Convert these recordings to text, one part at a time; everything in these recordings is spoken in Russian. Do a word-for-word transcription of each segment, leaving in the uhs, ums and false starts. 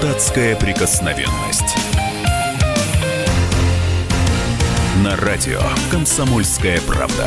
Депутатская прикосновенность. На радио «Комсомольская правда».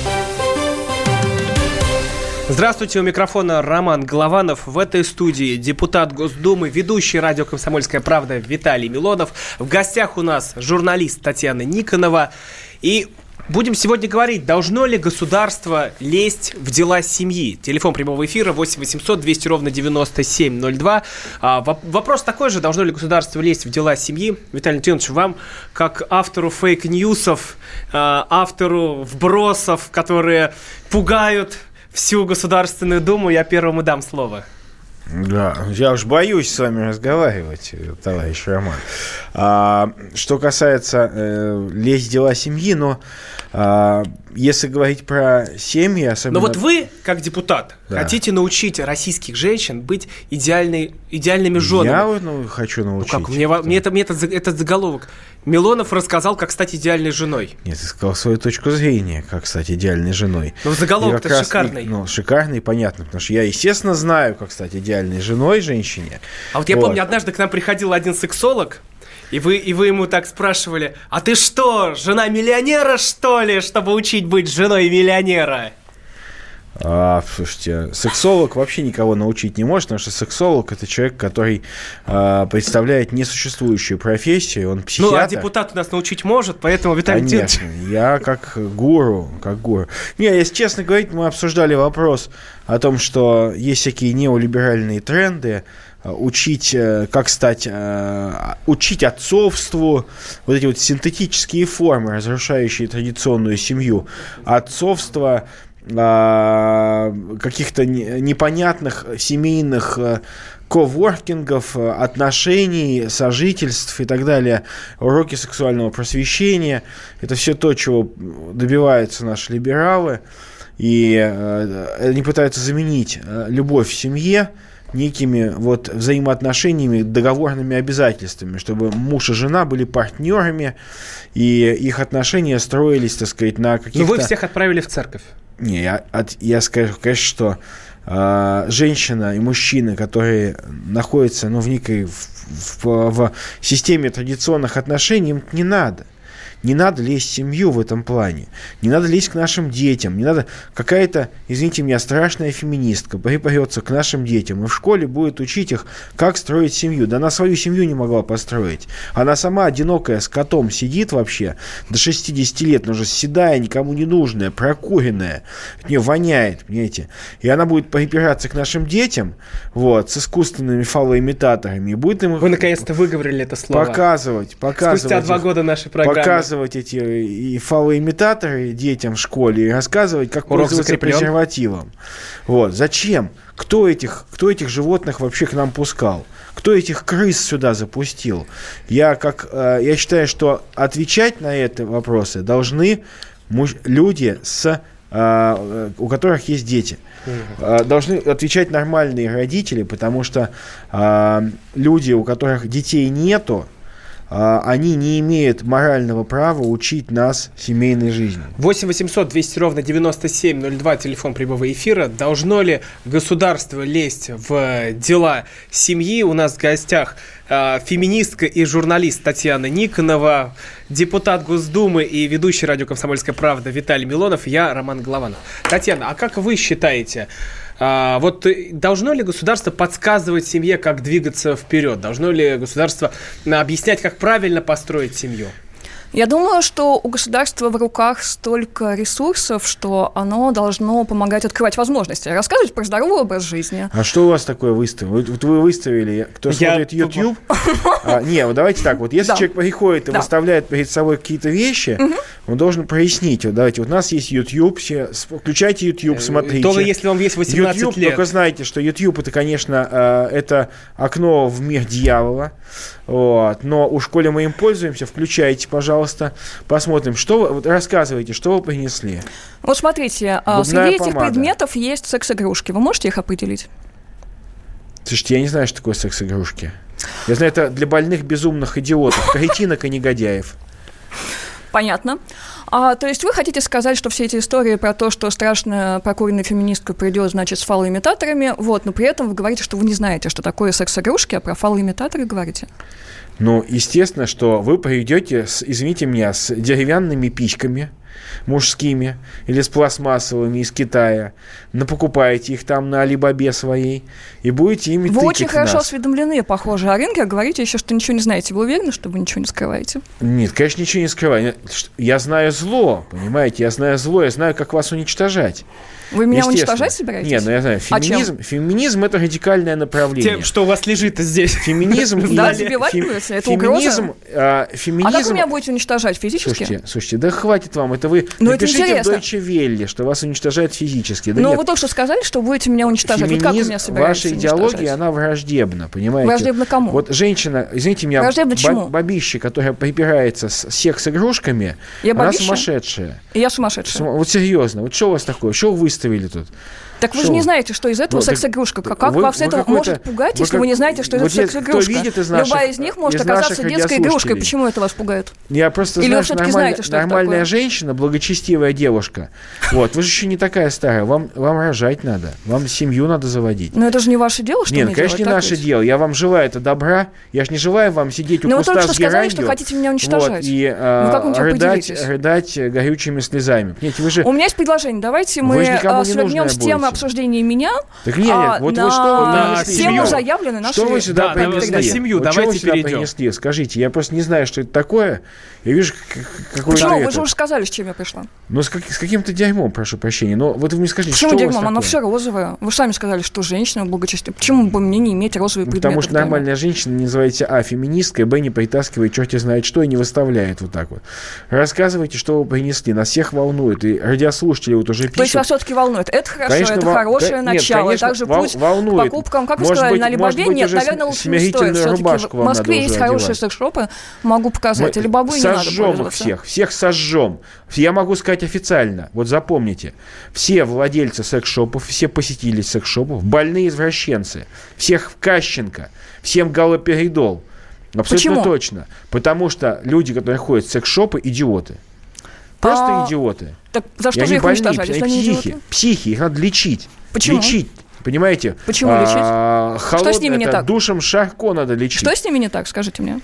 Здравствуйте, у микрофона Роман Голованов. В этой студии депутат Госдумы, ведущий радио «Комсомольская правда» Виталий Милонов. В гостях у нас журналист Татьяна Никонова. И будем сегодня говорить, должно ли государство лезть в дела семьи. Телефон прямого эфира восемь восемьсот двести ровно девяносто семь ноль два. А, вопрос такой же, должно ли государство лезть в дела семьи. Виталий Леонидович, вам, как автору фейк-ньюсов, автору вбросов, которые пугают всю Государственную Думу, я первому дам слово. Да, я уж боюсь с вами разговаривать, товарищ Роман. А, что касается э, лезть в дела семьи, но а, если говорить про семьи, особенно... Но вот вы, как депутат, да, хотите научить российских женщин быть идеальной, идеальными женами. Я ну, хочу научить. Ну как? Мне, мне, это, мне этот, этот заголовок. Милонов рассказал, как стать идеальной женой. Нет, ты сказал свою точку зрения, как стать идеальной женой. Ну, заголовок-то шикарный. И, ну, шикарный, понятно, потому что я, естественно, знаю, как стать идеальной женой женщине. А вот я вот. помню, однажды к нам приходил один сексолог, и вы, и вы ему так спрашивали: а ты что, жена миллионера, что ли, чтобы учить быть женой миллионера? А, слушайте, сексолог вообще никого научить не может, потому что сексолог – это человек, который а, представляет несуществующую профессию, он психиатр. Ну, а депутат у нас научить может, поэтому, Виталий Леонидович... Конечно, я как гуру, как гуру. Не, если честно говорить, мы обсуждали вопрос о том, что есть всякие неолиберальные тренды, учить, как стать, учить отцовству, вот эти вот синтетические формы, разрушающие традиционную семью, отцовство, каких-то непонятных семейных коворкингов, отношений, сожительств и так далее, уроки сексуального просвещения. Это все то, чего добиваются наши либералы. И они пытаются заменить любовь в семье некими вот взаимоотношениями, договорными обязательствами, чтобы муж и жена были партнерами, и их отношения строились, так сказать, на каких-то... Ну, вы всех отправили в церковь. Не, я, от, я скажу, конечно, что э, женщина и мужчина, которые находятся ну, в некой в, в, в системе традиционных отношений, им не надо. Не надо лезть в семью в этом плане. Не надо лезть к нашим детям. Не надо... Какая-то, извините меня, страшная феминистка припрется к нашим детям и в школе будет учить их, как строить семью. Да она свою семью не могла построить. Она сама одинокая с котом сидит вообще до шестидесяти лет, но уже седая, никому не нужная, прокуренная. От нее воняет, понимаете. И она будет припираться к нашим детям вот, с искусственными фалоимитаторами. И будет им... Вы наконец-то выговорили это слово. Показывать, показывать. Спустя два года нашей программы. Показывать эти и фалоимитаторы детям в школе и рассказывать, как Урок пользоваться закреплен. презервативом. Вот. Зачем? Кто этих, кто этих животных вообще к нам пускал? Кто этих крыс сюда запустил? Я, как, э, я считаю, что отвечать на эти вопросы должны муж, люди, с, э, у которых есть дети. Uh-huh. Должны отвечать нормальные родители, потому что э, люди, у которых детей нету, они не имеют морального права учить нас семейной жизни. восемь восемьсот двести ровно девяносто семь ноль два, телефон прямого эфира. Должно ли государство лезть в дела семьи? У нас в гостях э, феминистка и журналист Татьяна Никонова, депутат Госдумы и ведущий радио «Комсомольская правда» Виталий Милонов, я Роман Голованов. Татьяна, а как вы считаете, А, вот должно ли государство подсказывать семье, как двигаться вперед? Должно ли государство объяснять, как правильно построить семью? Я думаю, что у государства в руках столько ресурсов, что оно должно помогать открывать возможности, рассказывать про здоровый образ жизни. А что у вас такое выставили? Вот вы выставили, кто Я... смотрит YouTube? А, не, вот давайте так, вот если да. человек приходит и да. выставляет перед собой какие-то вещи, угу. он должен прояснить. Вот давайте, вот у нас есть YouTube, все, включайте YouTube, смотрите. Только если вам есть восемнадцать YouTube, лет. Только знайте, что YouTube это, конечно, это окно в мир дьявола. Вот. Но уж коли мы им пользуемся, включайте, пожалуйста, посмотрим, что вы, вот рассказывайте, что вы принесли. Вот смотрите, Губная среди помада. Этих предметов есть секс-игрушки. Вы можете их определить? Слушайте, я не знаю, что такое секс-игрушки. Я знаю, это для больных, безумных идиотов, кретинок и негодяев. Понятно. А, то есть вы хотите сказать, что все эти истории про то, что страшная прокуренная феминистка придет, значит, с фалоимитаторами, вот, но при этом вы говорите, что вы не знаете, что такое секс-игрушки, а про фалоимитаторы говорите? Ну, естественно, что вы придете, с, извините меня, с деревянными пичками мужскими или с пластмассовыми из Китая, напокупаете их там на Алибабе своей и будете ими вы тыкать очень хорошо нас. осведомлены, похоже, о рынке, а говорите еще, что ничего не знаете. Вы уверены, что вы ничего не скрываете? Нет, конечно, ничего не скрываю. Я знаю зло, понимаете, я знаю зло, я знаю, как вас уничтожать. Вы меня уничтожать собираетесь? Нет, ну я знаю, феминизм, а феминизм – это радикальное направление. Тем, что у вас лежит здесь. Феминизм – да, забивать будете? Это угроза? А как вы меня будете уничтожать физически? Слушайте, слушайте, да хватит вам, это вы но напишите это в Deutsche Welle, что вас уничтожают физически. Да ну нет. вы только что сказали, что будете меня уничтожать. Феминизм, вот как вы меня собираетесь ваша идеология, она враждебна, понимаете? Враждебна кому? Вот женщина, извините меня, б- бабища, которая припирается с секс-игрушками, я она бабища? Сумасшедшая. Я сумасшедшая. Вот серьезно, вот что у вас такое? Что вы выставили тут? Так вы же не знаете, что из этого ну, секс-игрушка. Как вы, вас это может пугать, вы если как, вы не знаете, что вот это секс-игрушка? Из наших, Любая из них может из оказаться детской игрушкой. Почему это вас пугает? Я просто Или знаю, вы что нормаль... знаете, что нормальная женщина, благочестивая девушка. Вот, вы же еще не такая старая. Вам, вам рожать надо. Вам семью надо заводить. Но это же не ваше дело, что Нет, мне конечно, делать, не наше ведь? дело. Я вам желаю это добра. Я же не желаю вам сидеть у Но куста вы только с что сказали, геранью, что хотите меня уничтожать. Вот, и а, рыдать, рыдать горючими слезами. Нет, вы же... У меня есть предложение. Давайте мы свернем с темы обсуждения меня Так нет, а, вот на... вы что на тему заявлены наши... Что вы сюда да, принесли? На семью вот давайте что вы сюда перейдем. принесли? Скажите, я просто не знаю, что это такое. Я вижу, какой Почему? это. Вы же уже сказали, с чем я пришла. Ну, с, как, с каким-то дерьмом, прошу прощения. Но вот вы мне скажите, Почему что дерьмом? у вас Оно такое? все розовое. Вы сами сказали, что женщина благочестивая. Почему бы мне не иметь розовые ну, предметы? Потому что нормальная женщина не называется а. феминисткой, б. не притаскивает черти знает что и не выставляет вот так вот. Рассказывайте, что вы принесли. Нас всех волнует. И радиослушатели вот уже пишут. То есть вас все-таки волнует. Это хорошо, конечно, это вол... хорошее Нет, начало. Конечно, также вол... путь волнует. к покупкам. Как вы может сказали, быть, на Алибабе? Нет, наверное, лучше не стоит. Все-таки в Москве есть хорошие секс-шопы. Могу показать. Мы Алибабу не надо сожжем их всех. Всех сожжем. Я могу сказать официально. Вот запомните. Все владельцы секс-шопов, все посетители секс-шопов, больные извращенцы. Всех в Кащенко. Всем галоперидол. Абсолютно Почему? точно. Потому что люди, которые ходят в секс-шопы, идиоты. Просто а... идиоты. Так за что и же их больные, уничтожать, если они они психи, идиоты? Психи, их надо лечить. Почему? Лечить. Понимаете? Почему лечить? А, холод... Что с ними не это, так? Душем Шарко надо лечить. Что с ними не так, скажите мне?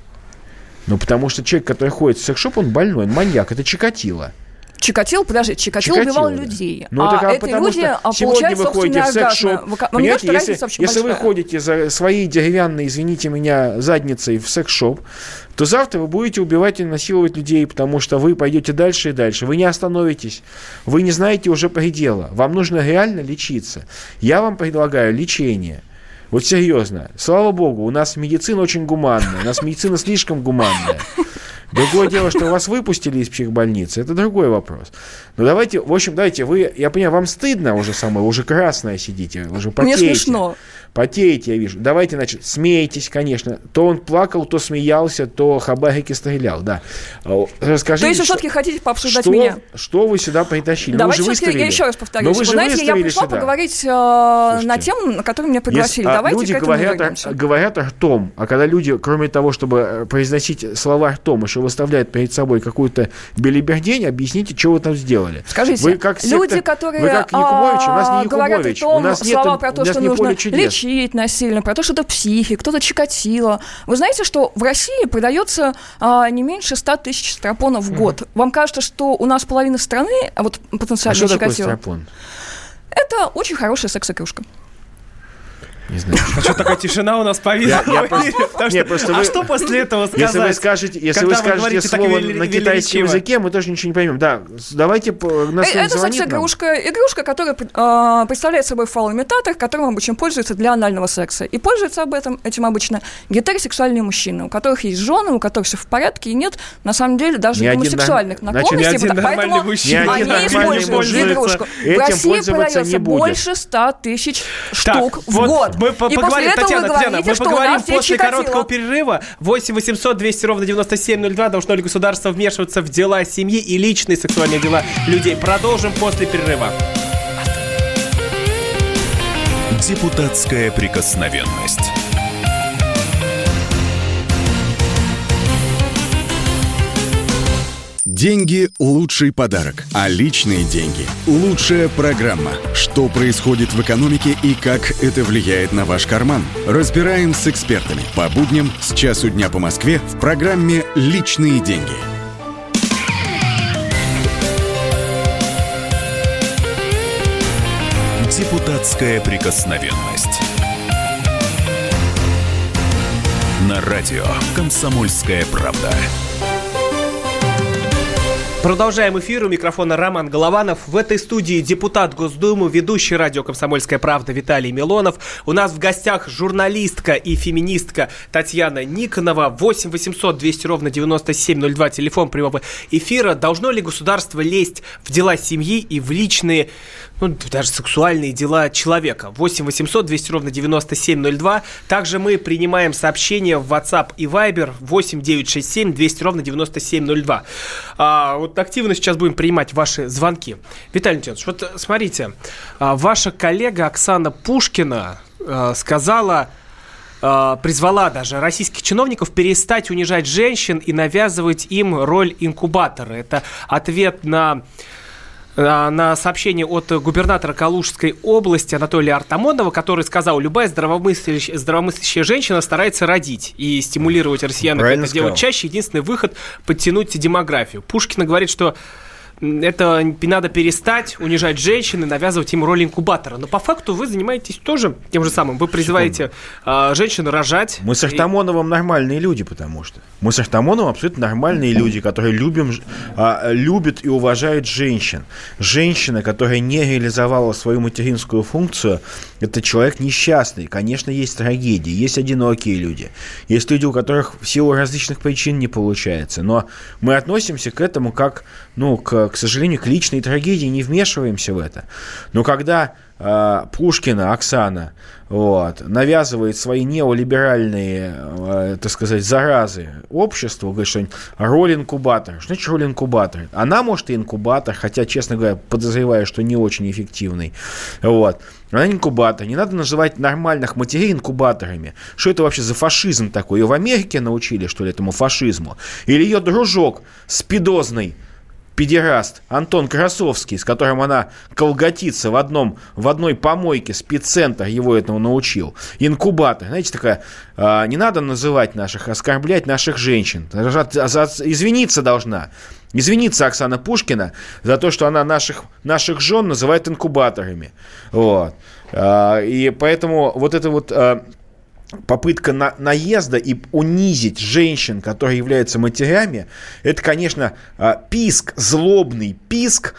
Ну, потому что человек, который ходит в секс-шоп, он больной, он маньяк. Это Чикатило. Чикатило, подожди, Чикатило, Чикатило убивал да. людей. Ну, а так, а эти люди получают вы ходите в секс-шоп. Понимаете, если, если вы ходите за своей деревянной, извините меня, задницей в секс-шоп, то завтра вы будете убивать и насиловать людей, потому что вы пойдете дальше и дальше. Вы не остановитесь. Вы не знаете уже предела. Вам нужно реально лечиться. Я вам предлагаю лечение. Вот серьезно. Слава богу, у нас медицина очень гуманная. У нас медицина слишком гуманная. Другое дело, что вас выпустили из психбольницы, это другой вопрос. Но давайте, в общем, давайте, вы, я понимаю, вам стыдно уже самой, уже красная сидите, уже потеете. Мне смешно. Потеете, я вижу. Давайте, значит, смейтесь, конечно. То он плакал, то смеялся, то хабарики стрелял, да. Расскажите, то есть вы все-таки хотите пообсуждать что, меня? Что вы сюда притащили? Давайте ну, вы же все-таки я еще раз повторюсь. Но вы, вы же знаете, я пришла сюда. поговорить э, на тему, на которую меня пригласили. Если, Давайте а, люди к этому говорят, вернемся. говорят ртом, а когда люди, кроме того, чтобы произносить слова ртом, еще выставляют перед собой какую-то белибердень, объясните, что вы там сделали. Скажите, вы как люди, секта, которые вы как Якубович, у нас не говорят Якубович, ртом у нас слова нет, про то, у нас что не нужно поле чудес. лечить насильно, про то, что это психи, кто-то Чикатило. Вы знаете, что в России продается а, не меньше ста тысяч стропонов в год. Вам кажется, что у нас половина страны, а вот потенциально а что Чикатило... такое стропон? Это очень хорошая секс-игрушка. Не знаю. А что такая тишина у нас повисла? А что после этого сказать? Если вы скажете, если вы скажете слово на китайском языке, мы тоже ничего не поймем. Да, давайте нас это секс-игрушка, игрушка, которая представляет собой фалоимитатор, которым обычно пользуются для анального секса. И пользуются об этом этим обычно гетеросексуальные мужчины, у которых есть жены, у которых все в порядке, и нет, на самом деле, даже гомосексуальных наклонностей. Поэтому они используют игрушку. В России продается больше ста тысяч штук в год. Мы поговорим, Татьяна, Татьяна, мы поговорим после короткого перерыва. восемь восемьсот двести ровно девяносто семь ноль два. Должно ли государство вмешиваться в дела семьи и личные сексуальные дела людей? Продолжим после перерыва. Депутатская прикосновенность. Деньги – лучший подарок, а личные деньги – лучшая программа. Что происходит в экономике и как это влияет на ваш карман? Разбираем с экспертами по будням с часу дня по Москве в программе «Личные деньги». Депутатская прикосновенность. На радио «Комсомольская правда». Продолжаем эфир. У микрофона Роман Голованов. В этой студии депутат Госдумы, ведущий радио «Комсомольская правда» Виталий Милонов. У нас в гостях журналистка и феминистка Татьяна Никонова. восемь восемьсот двести ровно девяносто семь ноль два, телефон прямого эфира. Должно ли государство лезть в дела семьи и в личные, ну, даже сексуальные дела человека? восемь восемьсот двести ровно девяносто семь ноль два. Также мы принимаем сообщения в WhatsApp и Viber восемь девятьсот шестьдесят семь двести ровно девяносто семь ноль два. А, вот активно сейчас будем принимать ваши звонки. Виталий Леонидович, вот смотрите, ваша коллега Оксана Пушкина сказала, призвала даже российских чиновников перестать унижать женщин и навязывать им роль инкубатора. Это ответ на... на сообщение от губернатора Калужской области Анатолия Артамонова, который сказал: любая здравомыслящая, здравомыслящая женщина старается родить, и стимулировать россиян это делать чаще. Единственный выход – подтянуть демографию. Пушкина говорит, что это надо перестать унижать женщин и навязывать им роль инкубатора. Но по факту вы занимаетесь тоже тем же самым. Вы призываете э, женщин рожать. Мы с Артамоновым и... нормальные люди, потому что. Мы с Артамоновым абсолютно нормальные люди, которые любим, э, любят и уважают женщин. Женщина, которая не реализовала свою материнскую функцию, это человек несчастный. Конечно, есть трагедии, есть одинокие люди. Есть люди, у которых в силу различных причин не получается. Но мы относимся к этому как, ну, к к сожалению, к личной трагедии, не вмешиваемся в это. Но когда э, Пушкина Оксана вот, навязывает свои неолиберальные, э, так сказать, заразы обществу, говорит, что роль инкубатора. Что значит роль инкубатора? Она, может, и инкубатор, хотя, честно говоря, подозреваю, что не очень эффективный. Вот. Она инкубатор. Не надо называть нормальных матерей инкубаторами. Что это вообще за фашизм такой? Ее в Америке научили, что ли, этому фашизму? Или ее дружок спидозный педераст Антон Красовский, с которым она колготится в, одном, в одной помойке, спеццентр его этому научил. Инкубатор. Знаете, такая, э, не надо называть наших, оскорблять наших женщин. Извиниться должна. Извиниться Оксана Пушкина за то, что она наших, наших жен называет инкубаторами. Вот. Э, и поэтому вот это вот... Э, попытка на, наезда и унизить женщин, которые являются матерями, это, конечно, писк, злобный писк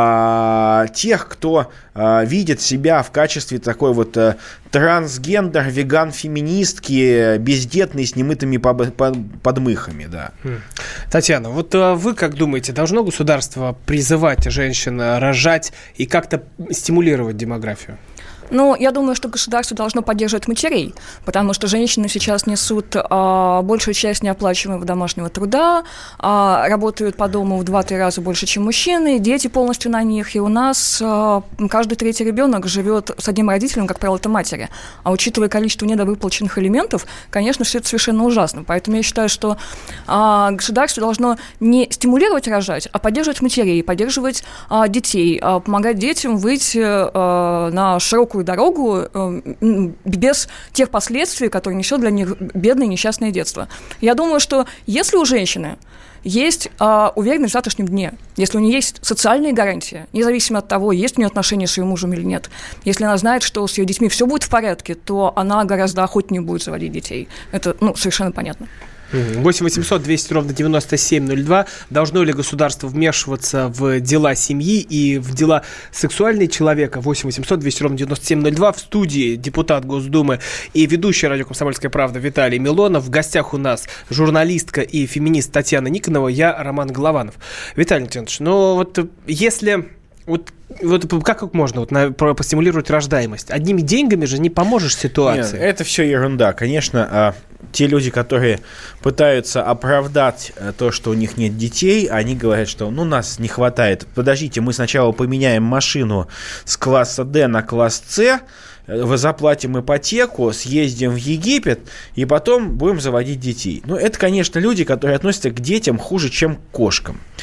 а, тех, кто а, видит себя в качестве такой вот а, трансгендер, веган-феминистки, бездетной, с немытыми подмыхами, да. Татьяна, вот вы как думаете, должно государство призывать женщин рожать и как-то стимулировать демографию? Ну, я думаю, что государство должно поддерживать матерей, потому что женщины сейчас несут а, большую часть неоплачиваемого домашнего труда, а, работают по дому в два-три раза больше, чем мужчины, дети полностью на них, и у нас а, каждый третий ребенок живет с одним родителем, как правило, это матери. А учитывая количество недовыплаченных алиментов, конечно, все это совершенно ужасно. Поэтому я считаю, что а, государство должно не стимулировать рожать, а поддерживать матерей, поддерживать а, детей, а, помогать детям выйти а, на широкую дорогу э, без тех последствий, которые несет для них бедное несчастное детство. Я думаю, что если у женщины есть э, уверенность в завтрашнем дне, если у нее есть социальные гарантии, независимо от того, есть у нее отношения с ее мужем или нет, если она знает, что с ее детьми все будет в порядке, то она гораздо охотнее будет заводить детей. Это, ну, совершенно понятно. восемь восемьсот двести ровно девяносто семь ноль два. Должно ли государство вмешиваться в дела семьи и в дела сексуальные человека? восемь восемьсот двести ровно девяносто семь ноль два. В студии депутат Госдумы и ведущий радио «Комсомольская правда» Виталий Милонов. В гостях у нас журналистка и феминист Татьяна Никонова. Я Роман Голованов. Виталий Леонидович, ну вот если... Вот, вот как можно вот, на, постимулировать рождаемость? Одними деньгами же не поможешь ситуации. Нет, это все ерунда. Конечно, а, те люди, которые пытаются оправдать то, что у них нет детей, они говорят, что ну, нас не хватает. Подождите, мы сначала поменяем машину с класса D на класс C, заплатим ипотеку, съездим в Египет и потом будем заводить детей. Ну, это, конечно, люди, которые относятся к детям хуже, чем к кошкам.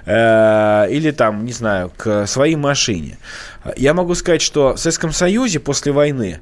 э, или там, не знаю, к своей машине. Я могу сказать, что в Советском Союзе после войны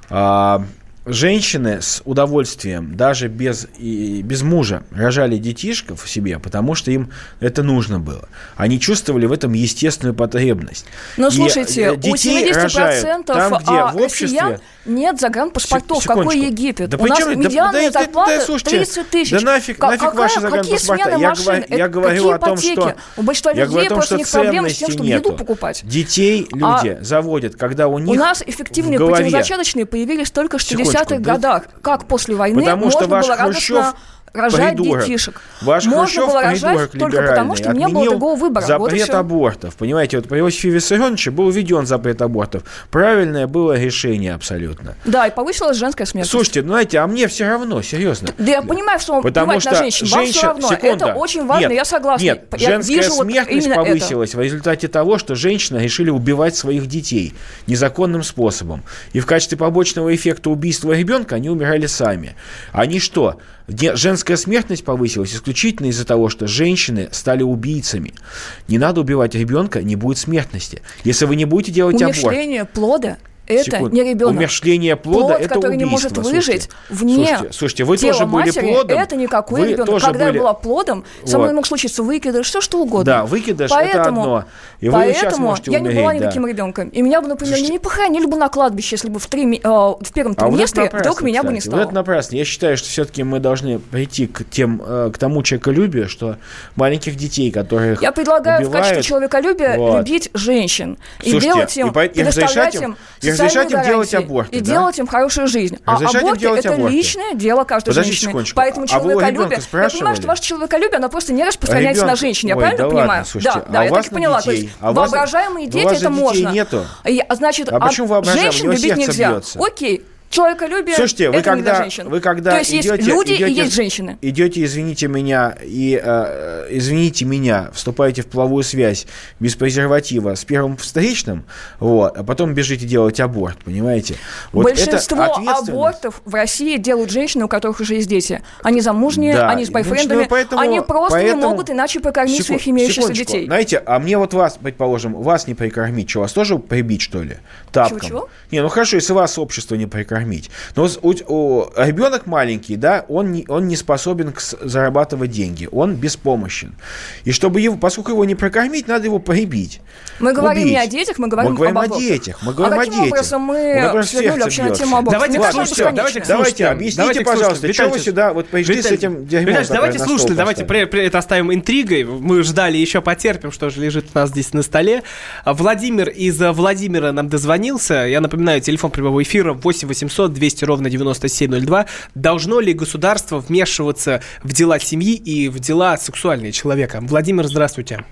э, женщины с удовольствием, даже без, и, без мужа, рожали детишков себе, потому что им это нужно было. Они чувствовали в этом естественную потребность. Но слушайте, и, у семидесят процентов там, где а, в обществе нет загранпаспортов. Секундочку. Какой Египет? Да у нас медианная да, зарплата да, да, слушайте, тридцать тысяч. Да нафиг, Как, нафиг какая, ваши загранпаспорта. Я, говорю, я говорю о том, что... У большинства людей просто них проблемы с тем, чтобы еду покупать. Детей люди а заводят, когда у них у нас эффективные противозачаточные появились только в шестидесятых годах. Как после войны Потому можно что ваш было Хрущев радостно рожать придурок. детишек. Ваш Можно Хрущев было рожать только потому, что не было другого выбора. Запрет вот абортов. Понимаете, вот при Иосифе Виссарионовиче был введен запрет абортов. Правильное было решение абсолютно. Да, и повысилась женская смертность. Слушайте, ну знаете, а мне все равно, серьезно. Да я понимаю, что Потому плевать что на женщин. Вам женщин... все равно. Секунда. Это очень важно, нет, я согласна. Нет, я женская вижу смертность вот повысилась это. в результате того, что женщины решили убивать своих детей незаконным способом. И в качестве побочного эффекта убийства ребенка они умирали сами. Они что? Женская смертность повысилась исключительно из-за того, что женщины стали убийцами. Не надо убивать ребенка, не будет смертности. Если вы не будете делать аборт... Умерщвление плода – это Секунд. не ребенок. Умерщвление плода Плод, – это который убийство. не может выжить слушайте, вне слушайте, слушайте, вы тела тоже были матери, плодом. это никакой вы ребенок. Когда были... я была плодом, со вот. мной мог случиться выкидыш, все что угодно. Да, выкидыш – это одно. И вы сейчас поэтому можете я умереть, не была да. никаким ребенком. И меня бы, например, Слушайте, не похоронили бы на кладбище, если бы в, три, э, в первом а триместре вот вдруг меня кстати, бы не стало. Вот это напрасно. Я считаю, что все-таки мы должны прийти к, тем, к тому человеколюбию, что маленьких детей, которых Я предлагаю убивают, в качестве человеколюбия вот. любить женщин. И Слушайте, делать им, и по- и предоставлять разрешать им- им и разрешать им социальные делать гарантии, аборты, и да? делать им хорошую жизнь. А Разрешать им аборты – делать это аборты. личное дело каждой Подождите женщины. секундочку. Поэтому А вы у человеколюбие... ребенка Я спрашивали? понимаю, что ваше человеколюбие, оно просто не распространяется Ребенка- на женщин. Я Ой, правильно да понимаю? ладно, слушайте, да, а да, у я вас так на поняла. детей? То есть А у вас- воображаемые да у дети вас это же детей можно. нету. И, а значит, А почему воображаемые? женщин У него любить сердце нельзя. бьется. Окей. Человеколюбие Слушайте, вы это не для когда, женщин. вы когда То есть идете, есть люди идете, и есть женщины. Идете, извините меня, и э, извините меня, вступаете в половую связь без презерватива с первым встречным, вот, а потом бежите делать аборт, понимаете? Вот Большинство это ответственность. абортов в России делают женщины, у которых уже есть дети. Они замужние, Да. они с бойфрендами, Ну, поэтому- они просто поэтому- не могут иначе прокормить Секунд- своих имеющихся секундочку. детей. Знаете, а мне вот вас, предположим, вас не прикормить, что, вас тоже прибить, что ли? Тапком? Чего-чего? Не, ну хорошо, если вас общество не прикормить. Но у, у, ребенок маленький, да, он не, он не способен к, зарабатывать деньги, он беспомощен. И чтобы его, поскольку его не прокормить, надо его прибить. Мы говорим убить. не о детях, мы говорим, мы говорим об о абортах. детях. Мы говорим а о каким детях. образом мы например, свернули сердце вообще на бьется. тему абортов? Давайте Мне к кажется, слушателям, бесконечно. давайте к Давайте, слушателям. объясните, Давайте к пожалуйста, слушателям. что вы Виталий, сюда вот пришли Виталий, с этим дерьмом? Виталий, такое давайте на к стол слушателям, давайте поставили? при, при, это оставим интригой. Мы ждали, еще потерпим, что же лежит у нас здесь на столе. Владимир из Владимира нам дозвонился. Я напоминаю, телефон прямого эфира восемь восемьсот двести ровно девяносто семь ноль два. Должно ли государство вмешиваться в дела семьи и в дела сексуальные человека? Владимир, здравствуйте.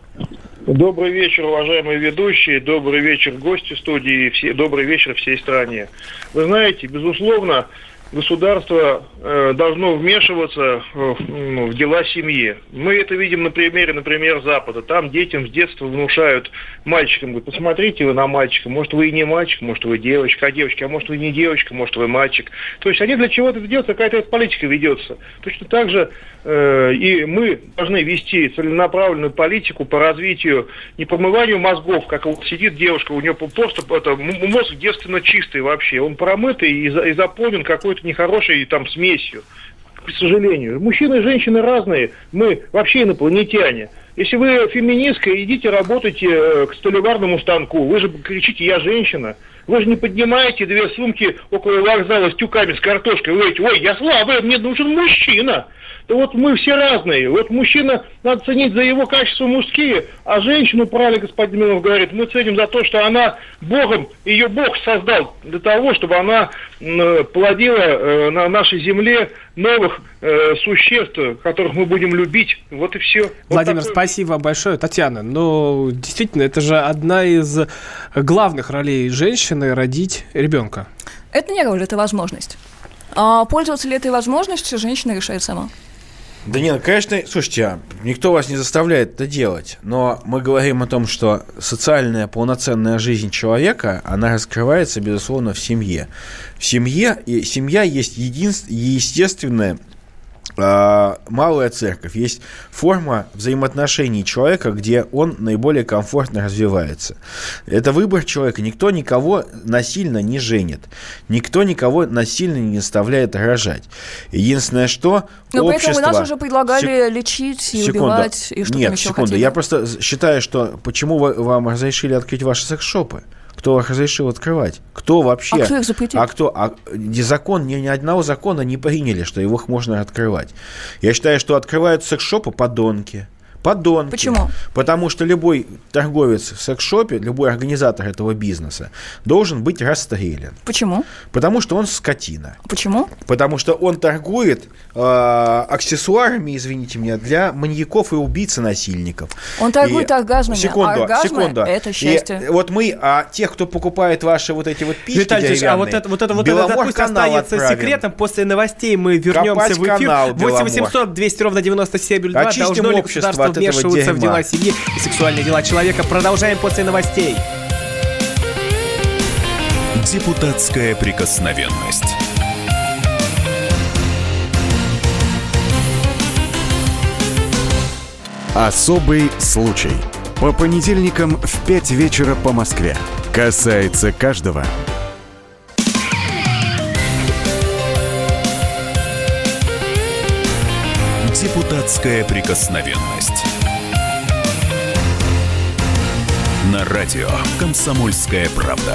Добрый вечер, уважаемые ведущие, добрый вечер, гости студии, все, добрый вечер всей стране. Вы знаете, безусловно, государство э, должно вмешиваться в, ну, в дела семьи. Мы это видим на примере, например, Запада. Там детям с детства внушают, мальчикам, говорят, посмотрите вы на мальчика, может, вы и не мальчик, может, вы девочка, а девочки, а может, вы не девочка, может, вы мальчик. То есть они для чего-то это делают, какая-то политика ведется. Точно так же э, и мы должны вести целенаправленную политику по развитию, не помыванию мозгов, как вот сидит девушка, у нее просто это, мозг девственно чистый вообще, он промытый и, за, и заполнен какой-то нехорошей там смесью, к сожалению. Мужчины и женщины разные, мы вообще инопланетяне. Если вы феминистка, идите работайте э, к столеварному станку, вы же кричите «я женщина». Вы же не поднимаете две сумки около вокзала с тюками, с картошкой. Вы говорите, ой, я слабая, мне нужен мужчина. Да вот мы все разные. Вот мужчина надо ценить за его качества мужские, а женщину, правильно господин Милонов говорит, мы ценим за то, что она Богом, ее Бог создал для того, чтобы она э, плодила э, на нашей земле новых э, существ, которых мы будем любить. Вот и все. Владимир, вот такой... спасибо вам большое. Татьяна, ну, действительно, это же одна из главных ролей женщины — родить ребенка. Это не роль, это возможность. А пользоваться ли этой возможностью, женщина решает сама. Да нет, конечно, слушайте, никто вас не заставляет это делать, но мы говорим о том, что социальная полноценная жизнь человека, она раскрывается, безусловно, в семье. В семье, и семья есть единственное, естественное малая церковь, есть форма взаимоотношений человека, где он наиболее комфортно развивается. Это выбор человека. Никто никого насильно не женит. Никто никого насильно не заставляет рожать. Единственное, что Но общество... поэтому нас уже предлагали Сек... лечить и секунду. убивать, и что Нет, там еще секунду. хотели. Я просто считаю, что почему вы, вам разрешили открыть ваши секс-шопы? Кто их разрешил открывать? Кто вообще? А кто их запретил? А кто? А закон, ни, ни одного закона не приняли, что его можно открывать. Я считаю, что открывают секс-шопы подонки. Подонки. Почему? Потому что любой торговец в секс-шопе, любой организатор этого бизнеса должен быть расстрелян. Почему? Потому что он скотина. Почему? Потому что он торгует э, аксессуарами, извините меня, для маньяков и убийц и насильников. Он торгует и... оргазмами. Секунду, оргазмы секунду. Это счастье. И вот мы, а тех, кто покупает ваши вот эти вот пички Виталий, а вот это, вот это, вот это пусть останется отправим. секретом. После новостей мы вернемся Копать в эфир. канал восемь восемьсот двести ровно девяносто семь ноль два. Очистим Должно ли общество государство от этого вмешиваться в дерьма. дела семьи и сексуальные дела человека? Продолжаем после новостей. Депутатская прикосновенность. Особый случай. По понедельникам в пять вечера по Москве. Касается каждого. Депутатская прикосновенность. На радио «Комсомольская правда».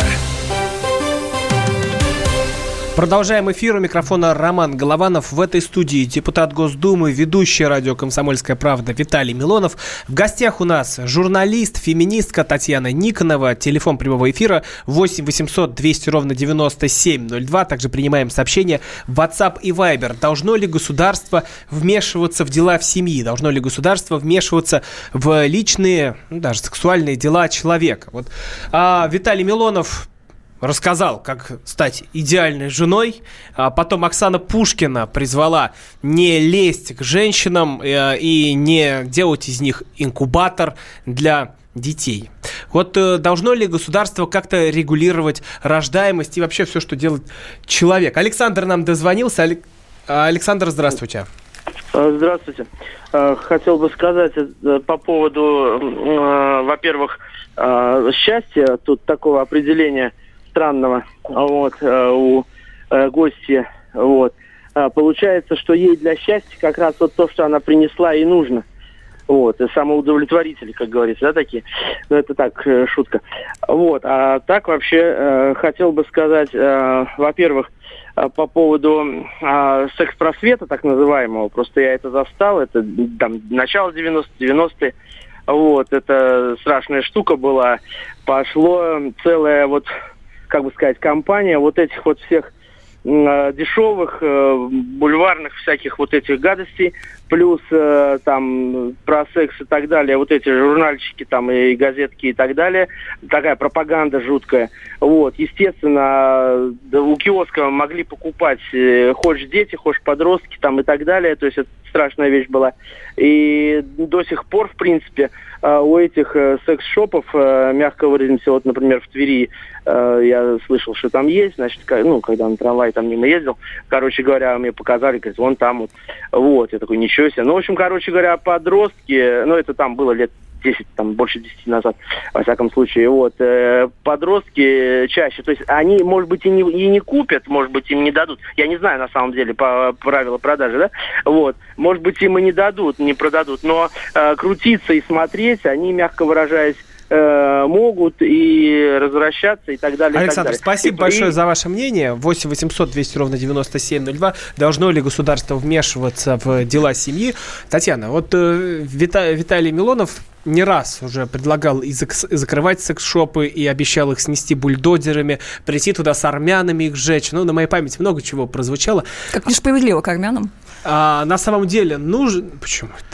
Продолжаем эфир. У микрофона Роман Голованов. В этой студии депутат Госдумы, ведущий радио «Комсомольская правда» Виталий Милонов. В гостях у нас журналист, феминистка Татьяна Никонова. Телефон прямого эфира восемь восемьсот двести ровно девяносто семь ноль два. Также принимаем сообщения в WhatsApp и Viber. Должно ли государство вмешиваться в дела в семье? Должно ли государство вмешиваться в личные, ну, даже сексуальные дела человека? Вот а, Виталий Милонов рассказал, как стать идеальной женой. А потом Оксана Пушкина призвала не лезть к женщинам э, и не делать из них инкубатор для детей. Вот э, должно ли государство как-то регулировать рождаемость и вообще все, что делает человек? Александр нам дозвонился. Алек... Александр, здравствуйте. Здравствуйте. Хотел бы сказать по поводу, во-первых, счастья. Тут такого определения странного вот, у гостя. Вот. Получается, что ей для счастья как раз вот то, что она принесла, и нужно. Вот, и самоудовлетворители, как говорится, да, такие. Ну, это так, шутка. Вот, а так вообще э, хотел бы сказать, э, во-первых, э, по поводу э, секс-просвета, так называемого, просто я это застал, это там начало девяностых, девяностые, вот, это страшная штука была. Пошло целая, вот, как бы сказать, компания вот этих вот всех э, дешевых, э, бульварных всяких вот этих гадостей, плюс э, там про секс и так далее, вот эти журнальчики там и газетки и так далее, такая пропаганда жуткая. Вот, естественно, да, у киоска могли покупать э, хочешь дети, хочешь подростки там и так далее, то есть это страшная вещь была. И до сих пор, в принципе, э, у этих э, секс-шопов, э, мягко выразимся, вот, например, в Твери, э, я слышал, что там есть, значит, ну, когда на трамвае там мимо ездил, короче говоря, мне показали, говорят, вон там вот, вот, я такой, ничего себе. Ну, в общем, короче говоря, подростки, ну, это там было лет десять, там, больше десяти назад, во всяком случае, вот, э, подростки чаще, то есть они, может быть, и не, и не купят, может быть, им не дадут, я не знаю, на самом деле, по правилам продажи, да, вот, может быть, им и не дадут, не продадут, но э, крутиться и смотреть, они, мягко выражаясь, могут и развращаться и так далее. Александр, и так далее. спасибо и, большое и... за ваше мнение. восемь восемьсот двести ровно девяносто семь ноль два. Должно ли государство вмешиваться в дела семьи? Татьяна, вот э, Вита... Виталий Милонов не раз уже предлагал и зак... закрывать секс-шопы, и обещал их снести бульдозерами, прийти туда с армянами, их сжечь. Ну, на моей памяти много чего прозвучало. Как несправедливо к армянам. А на самом деле нужен... Почему это?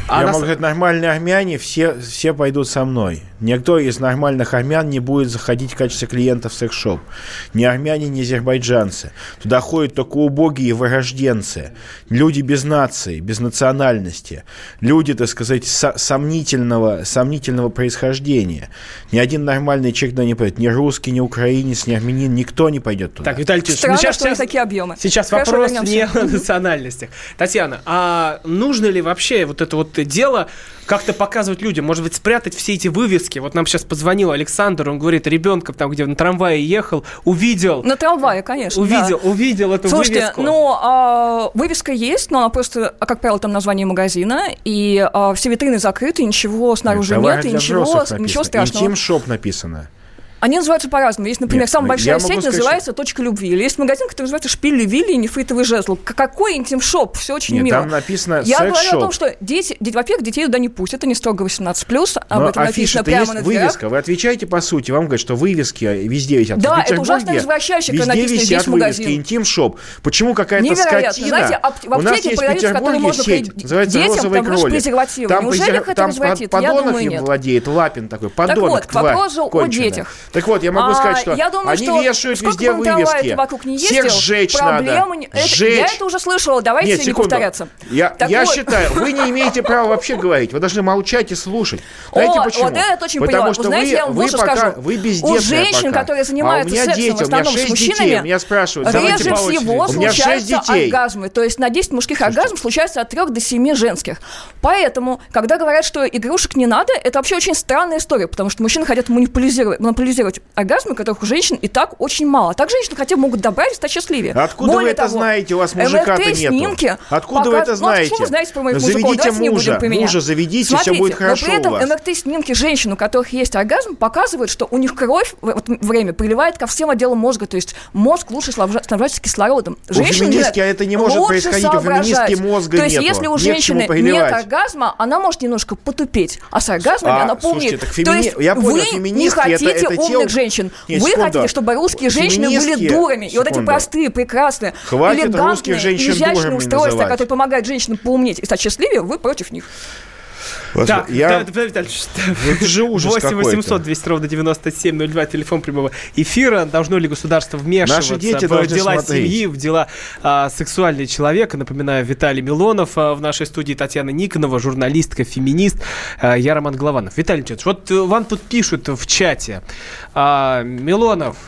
А Я нас... могу сказать, нормальные армяне все, все пойдут со мной. Никто из нормальных армян не будет заходить в качестве клиента в секс-шоп. Ни армяне, ни азербайджанцы. Туда ходят только убогие вырожденцы. Люди без нации, без национальности. Люди, так сказать, со- сомнительного, сомнительного происхождения. Ни один нормальный человек туда не пойдет. Ни русский, ни украинец, ни армянин. Никто не пойдет туда. Так, Виталий Тимович, Странно, ну, сейчас, что у них сейчас, такие объемы. сейчас Хорошо, вопрос вернемся. не о национальностях. Татьяна, а нужно ли вообще вот это вот дело как-то показывать людям? Может быть, спрятать все эти вывески? Вот нам сейчас позвонил Александр, он говорит, ребенка там, где на трамвае ехал, увидел... На трамвае, конечно, Увидел, да. увидел эту Слушайте, вывеску. ну, а, вывеска есть, но она просто, как правило, там название магазина, и а, все витрины закрыты, ничего снаружи Товары нет, и для ничего, взрослых ничего написано. страшного. Интим-шоп написано. Они называются по-разному. Есть, например, Нет, самая большая я могу сеть сказать, называется «Точка любви». Или есть магазин, который называется «Шпилли-Вилли» и «Нефритовый жезл». К- Какой интим-шоп? Все очень Нет, мило. там написано Я говорю о секс-шоп. том, что дети, дети, во-первых, детей туда не пустят, это не строго восемнадцать плюс, об Но этом написано афиша-то прямо есть, на дверях. вывеска. Вы отвечаете по сути. Вам говорят, что вывески везде висят. Да, В это ужасно Петербурге развращающе, когда везде написано висят «Здесь магазин». вывески. Интим-шоп. Почему какая-то Невероятно. скотина? Знаете, ап- в У нас аптеке есть в продаются, которые Петербурге можно сеть, купить называется детям, «Розовый там, может, кролик». презервативы. Там, Неужели презер- их это там развратит? под- Я подонок думаю, им нет. владеет, Лапин такой, подонок, вот, к тварь вопросу о конченая. детях. Так вот, я могу А, сказать, что я думаю, они что вешают сколько везде бы трамвай вывески. ты вокруг не Всех ездил, сжечь проблема надо. не- это- Сжечь. Я это уже слышала, давайте Нет, не секунду. повторяться. Я, Так я вот. считаю, вы не имеете права вообще говорить. Вы должны молчать и слушать. Знаете О, почему? вот это очень Потому поняла. что Вы знаете, вы, я вам вы вот что пока, скажу. вы бездетная У женщин, пока. которые занимаются а у меня сексом, дети, в основном у меня с шесть мужчинами, детей, меня спрашивают. давайте реже по очереди. всего У меня шесть случаются детей. оргазмы. То есть на десять мужских оргазмов случается от трех до семи женских. Поэтому, когда говорят, что игрушек не надо, это вообще очень странная история, потому что мужчины хотят монополизировать, монополизировать оргазмы, которых у женщин и так очень мало. А так женщины хотя бы могут добавить, стать счастливее. Откуда Более вы это того, знаете? У вас мужика-то нету. МРТ-снимки Откуда вы это показ- знаете? Ну, а почему вы знаете про моих Ну, мужиков? заведите Давайте не мужа. будем про меня. Мужа заведите, Смотрите, все будет хорошо но при этом у вас. МРТ-снимки женщин, у которых есть оргазм, показывают, что у них кровь в это время приливает ко всем отделам мозга. То есть мозг лучше снабжа- снабжается кислородом. У феминистки это не может лучше происходить, у соображать. феминистки мозга То есть нету. если у Не к чему женщины нет приливать. оргазма, она может немножко потупеть. А с оргазмами А, она поумнеет. слушайте, так То фемини- есть я понял, вы не феминистки это- хотите это те, умных у- женщин. Нет, Вы секунду. хотите, чтобы русские женщины были Феминистки- дурами. И вот эти секунду. простые, прекрасные, Хватит элегантные, русских женщин изящные дурами устройства, называть. которые помогают женщинам поумнеть и стать счастливее, вы против них. Так, я... да, да, Виталий, Это же ужас восемь какой-то. восемьсот двести ровно девяносто семь ноль два, телефон прямого эфира. Должно ли государство вмешиваться Наши дети в должны дела смотреть. семьи, в дела а, сексуального человека? Напоминаю, Виталий Милонов, а, в нашей студии Татьяна Никонова, журналистка, феминист, а, я Роман Голованов. Виталий Ильич, вот э, вам тут пишут в чате, а, Милонов,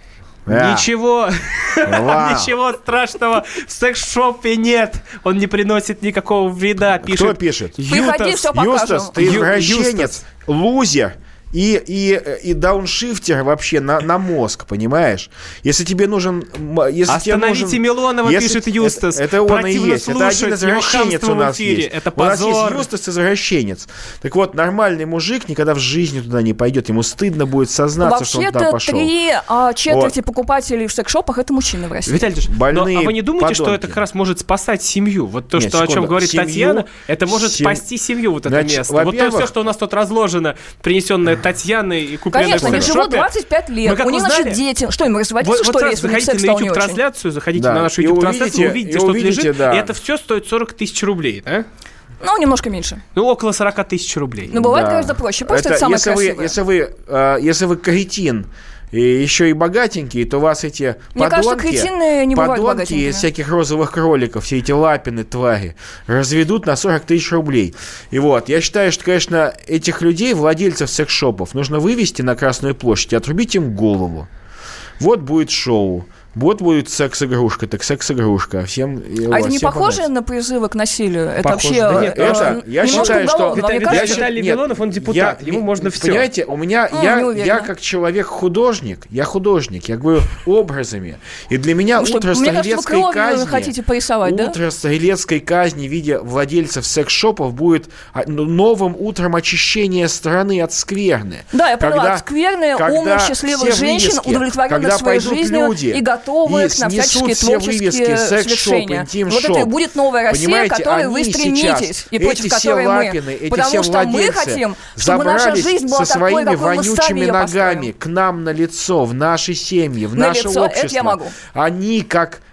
Да. ничего, Вау. ничего страшного в секс-шопе нет. Он не приносит никакого вреда, пишет. Кто пишет? Приходи, Ютас. всё покажем. Юстас, ты Ю- извращенец, Юстас. лузер и, и, и дауншифтер вообще на, на мозг, понимаешь? Если тебе нужен... м, Если тебе Остановите нужен, Милонова, если- пишет Юстас. Это, это он и Противно есть. Это один слушать его извращенец хамство у в нас эфире. есть. Это У нас позор. есть Юстас извращенец. Так вот, нормальный мужик никогда в жизни туда не пойдет. Ему стыдно будет сознаться, что он туда Вообще-то пошел. три а, четверти покупателей в секс-шопах это мужчины в России. Виталий Ильич, Больные но, а вы не думаете, что подонки. это как раз может спасать семью? Вот то, Нет, что, о чем секунду. говорит Семью- Татьяна, это может сем- спасти семью, вот это Значит, место. Вот то во-первых- все, что у нас тут разложено, принесенное Татьяной и купленное Конечно, в они живут секс-шопе. двадцать пять Мы лет, как у них, узнали- значит, дети. Что, им разводиться, Вот, вот что ли, сразу если у них заходите секс на стал не очень? YouTube-трансляцию, заходите Да, на нашу и YouTube-трансляцию, увидите- вы увидите, и что тут увидите, лежит, да. и это все стоит сорок тысяч рублей, да? Ну, немножко меньше. Ну, около сорок тысяч рублей. Но бывает Да. гораздо проще. Просто это, самое если вы, красивое. если вы, э, если вы кретин и еще и богатенький, то вас эти Мне подонки, кажется, кретины не бывают подонки богатенькими. из всяких розовых кроликов, все эти лапины, твари, разведут на сорок тысяч рублей. И вот, я считаю, что, конечно, этих людей, владельцев секс-шопов, нужно вывести на Красную площадь и отрубить им голову. Вот будет шоу. Вот будет секс-игрушка, так секс-игрушка. Всем, А это не похоже на призывы к насилию? Это Похоже. вообще Да нет, э, это, я немножко считаю, что... уголовно, вам не Виталий- кажется? Виталий Милонов, он депутат, ему можно всё. Понимаете, у меня, М, я, не уверена. я как человек-художник, я художник, я говорю образами. И для меня Ну что, утро мне кажется, вы стрелецкой кровью казни... хотите порисовать, да? Утро стрелецкой казни в виде владельцев секс-шопов будет а, ну, новым утром очищения страны от скверны. Да, я поняла. Когда- Скверные, когда умных, счастливых все женщин, вывески, удовлетворенных когда своей пойдут жизнью люди и готовые и на снесут всяческие все творческие вывески, секс-шоп, свершения. интим-шоп. Вот это и будет новая Россия, Понимаете, к которой вы они стремитесь, сейчас, и против эти все которой лапины, мы. эти Потому все что мы владельцы хотим, чтобы наша забрались жизнь была со такой, своими какой мы сами вонючими ее ногами построим. к нам на лицо, в наши семьи, в На наше лицо, это общество. я могу. Они, как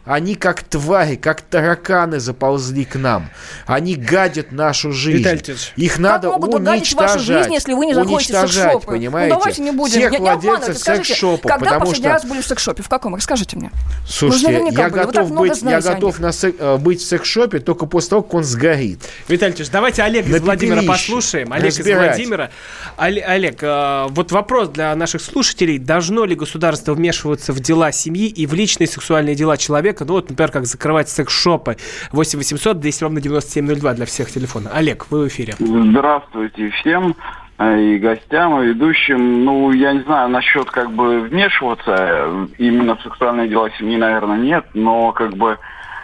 они как твари, как тараканы заползли к нам. Они гадят нашу жизнь. Виталий Их надо как могут уничтожать. Вашу жизнь, если вы не заходите в секс-шопы? Понимаете? Ну, давайте не будем. Всех не, не владельцев секс-шопов. Когда потому последний что... раз были в секс-шопе? В каком? Расскажите мне. Слушайте, я готов, быть, я знаете готов на сек- быть в секс-шопе только после того, как он сгорит. Виталий Ильич, давайте Олега из Владимира послушаем. Олег разбирать. из Владимира. Олег, э, вот вопрос для наших слушателей. Должно ли государство вмешиваться в дела семьи и в личные сексуальные дела человека? Ну вот, например, как закрывать секс-шопы. восемь восемьсот двести ровно девяносто семь ноль два для всех телефона. Олег, вы в эфире. Здравствуйте всем, и гостям, и ведущим. Ну, я не знаю, насчет как бы вмешиваться именно в сексуальные дела семьи, наверное, нет, но как бы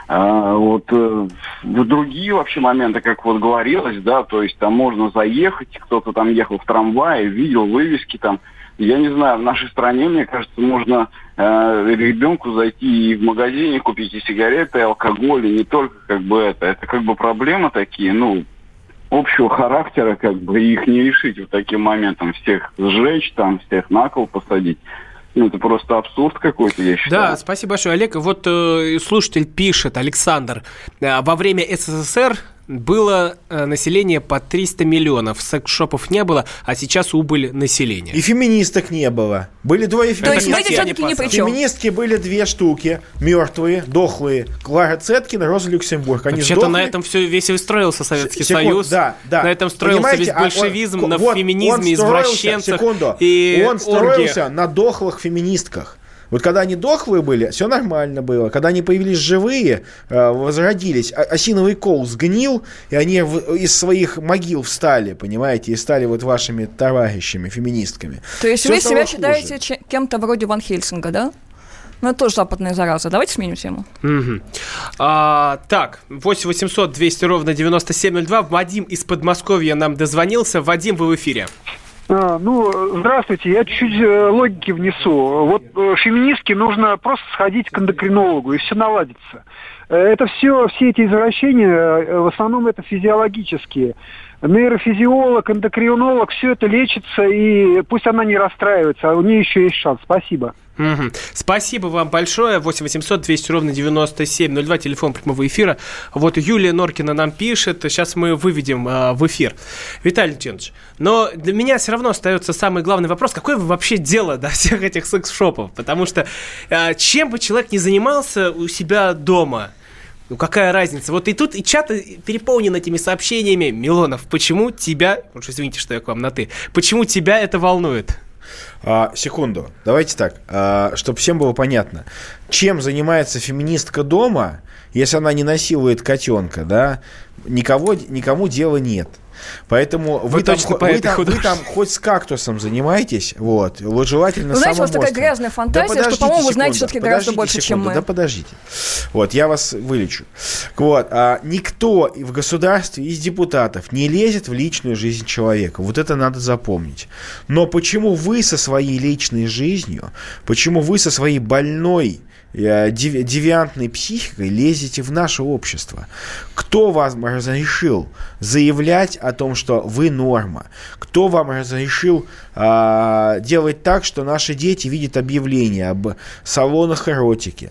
э, вот э, в другие вообще моменты, как вот говорилось, да, то есть там можно заехать, кто-то там ехал в трамвае, видел вывески там. Я не знаю, в нашей стране, мне кажется, можно э, ребенку зайти и в магазине купить и сигареты, и алкоголь, и не только как бы это. Это как бы проблемы такие, ну, общего характера, как бы, их не решить вот таким моментом. Всех сжечь, там, всех на кол посадить. Ну, это просто абсурд какой-то, я считаю. Да, спасибо большое, Олег. Вот э, слушатель пишет, Александр, э, во время СССР было э, население по триста миллионов. Секс-шопов не было, а сейчас убыль населения. И феминисток не было. Были двое феминисток. То есть, все-таки ни при чем. Феминистки были две штуки, мертвые, дохлые. Клара Цеткин, Роза Люксембург. Они Вообще-то сдохли. на этом все, весь и строился Советский Секунд, Союз. Да, да. На этом строился Понимаете, весь большевизм, а он, на вот, феминизме, извращенцах. Секунду. И он строился оргиях. на дохлых феминистках. Вот когда они дохлые были, все нормально было. Когда они появились живые, возродились, осиновый кол сгнил, и они из своих могил встали, понимаете, и стали вот вашими товарищами, феминистками. То есть Всё вы себя хуже. считаете чем- кем-то вроде Ван Хельсинга, да? Ну, это тоже западная зараза. Давайте сменим тему. Угу. А, так, восемь восемьсот двести ровно девяносто семь ноль два. Вадим из Подмосковья нам дозвонился. Вадим, вы в эфире. А, ну, здравствуйте, я чуть-чуть э, логики внесу. Вот э, феминистке нужно просто сходить к эндокринологу, и все наладится. Э, это все, все эти извращения, э, в основном это физиологические. Нейрофизиолог, эндокринолог, все это лечится, и пусть она не расстраивается, а у нее еще есть шанс. Спасибо. Угу. Спасибо вам большое. восемь восемьсот двести ровно девяносто семь ноль два, телефон прямого эфира. Вот Юлия Норкина нам пишет. Сейчас мы выведем э, в эфир. Виталий Леонидович, но для меня все равно остается самый главный вопрос. Какое вообще дело до всех этих секс-шопов? Потому что э, чем бы человек ни занимался у себя дома, ну какая разница? Вот и тут и чат переполнен этими сообщениями. Милонов, почему тебя... Уж извините, что я к вам на «ты». Почему тебя это волнует? А, секунду, давайте так, а, чтобы всем было понятно. Чем занимается феминистка дома, если она не насилует котенка, да, никого, никому дела нет. Поэтому вы, вы, там, вы, там, вы там хоть с кактусом занимаетесь, вот, вот желательно вы знаете, самым у вас такая острым. грязная фантазия, да что, по-моему, вы знаете все-таки гораздо больше, секунду, чем мы. Да подождите. Вот, я вас вылечу. Вот, а, никто в государстве из депутатов не лезет в личную жизнь человека. Вот это надо запомнить. Но почему вы со своей личной жизнью, почему вы со своей больной девиантной психикой лезете в наше общество? Кто вам разрешил заявлять о том, что вы норма? Кто вам разрешил а, делать так, что наши дети видят объявления об салонах эротики,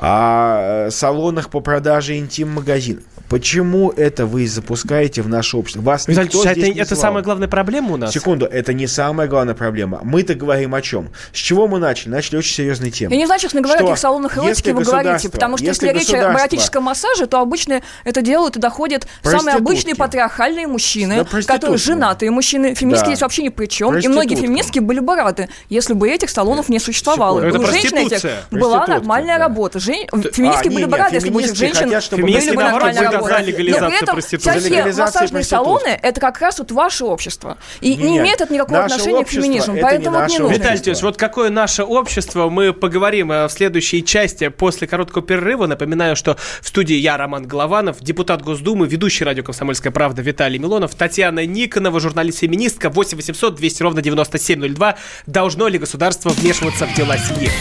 о салонах по продаже интим-магазинов? Почему это вы запускаете в наше общество? Вас Виталий никто Ильич, здесь это, не это звал. самая главная проблема у нас? Секунду, это не самая главная проблема. Мы-то говорим о чем? С чего мы начали? Начали очень серьезной темы. Я не знаю, честно говоря, что, о каких салонах эротики вы говорите, потому что если, если речь об эротическом массаже, то обычно это делают и доходят самые обычные патриархальные мужчины, да, которые женатые мужчины. Феминистки да. здесь вообще ни при чем. И многие феминистки были бы рады, если бы этих салонов не существовало. Это у женщин этих была нормальная да. работа. Жен... Феминистки а, были бы рады, если бы у этих женщин хотят, были бы нормальная работа. Но этом всякие массажные салоны – это как раз вот ваше общество. И Нет, не имеет это никакого отношения к феминизму. Поэтому это не нужно. Виталий Ильич, вот какое наше общество, мы поговорим в следующей части после короткого перерыва. Напоминаю, что в студии я, Роман Голованов, депутат Госдумы, ведущий радио «Комсомольская правда» Виталий Милонов, Татьяна Никонова, журналист-феминистка. Восемь восемьсот двести ровно девяносто семь ноль два. Должно ли государство вмешиваться в дела семьи?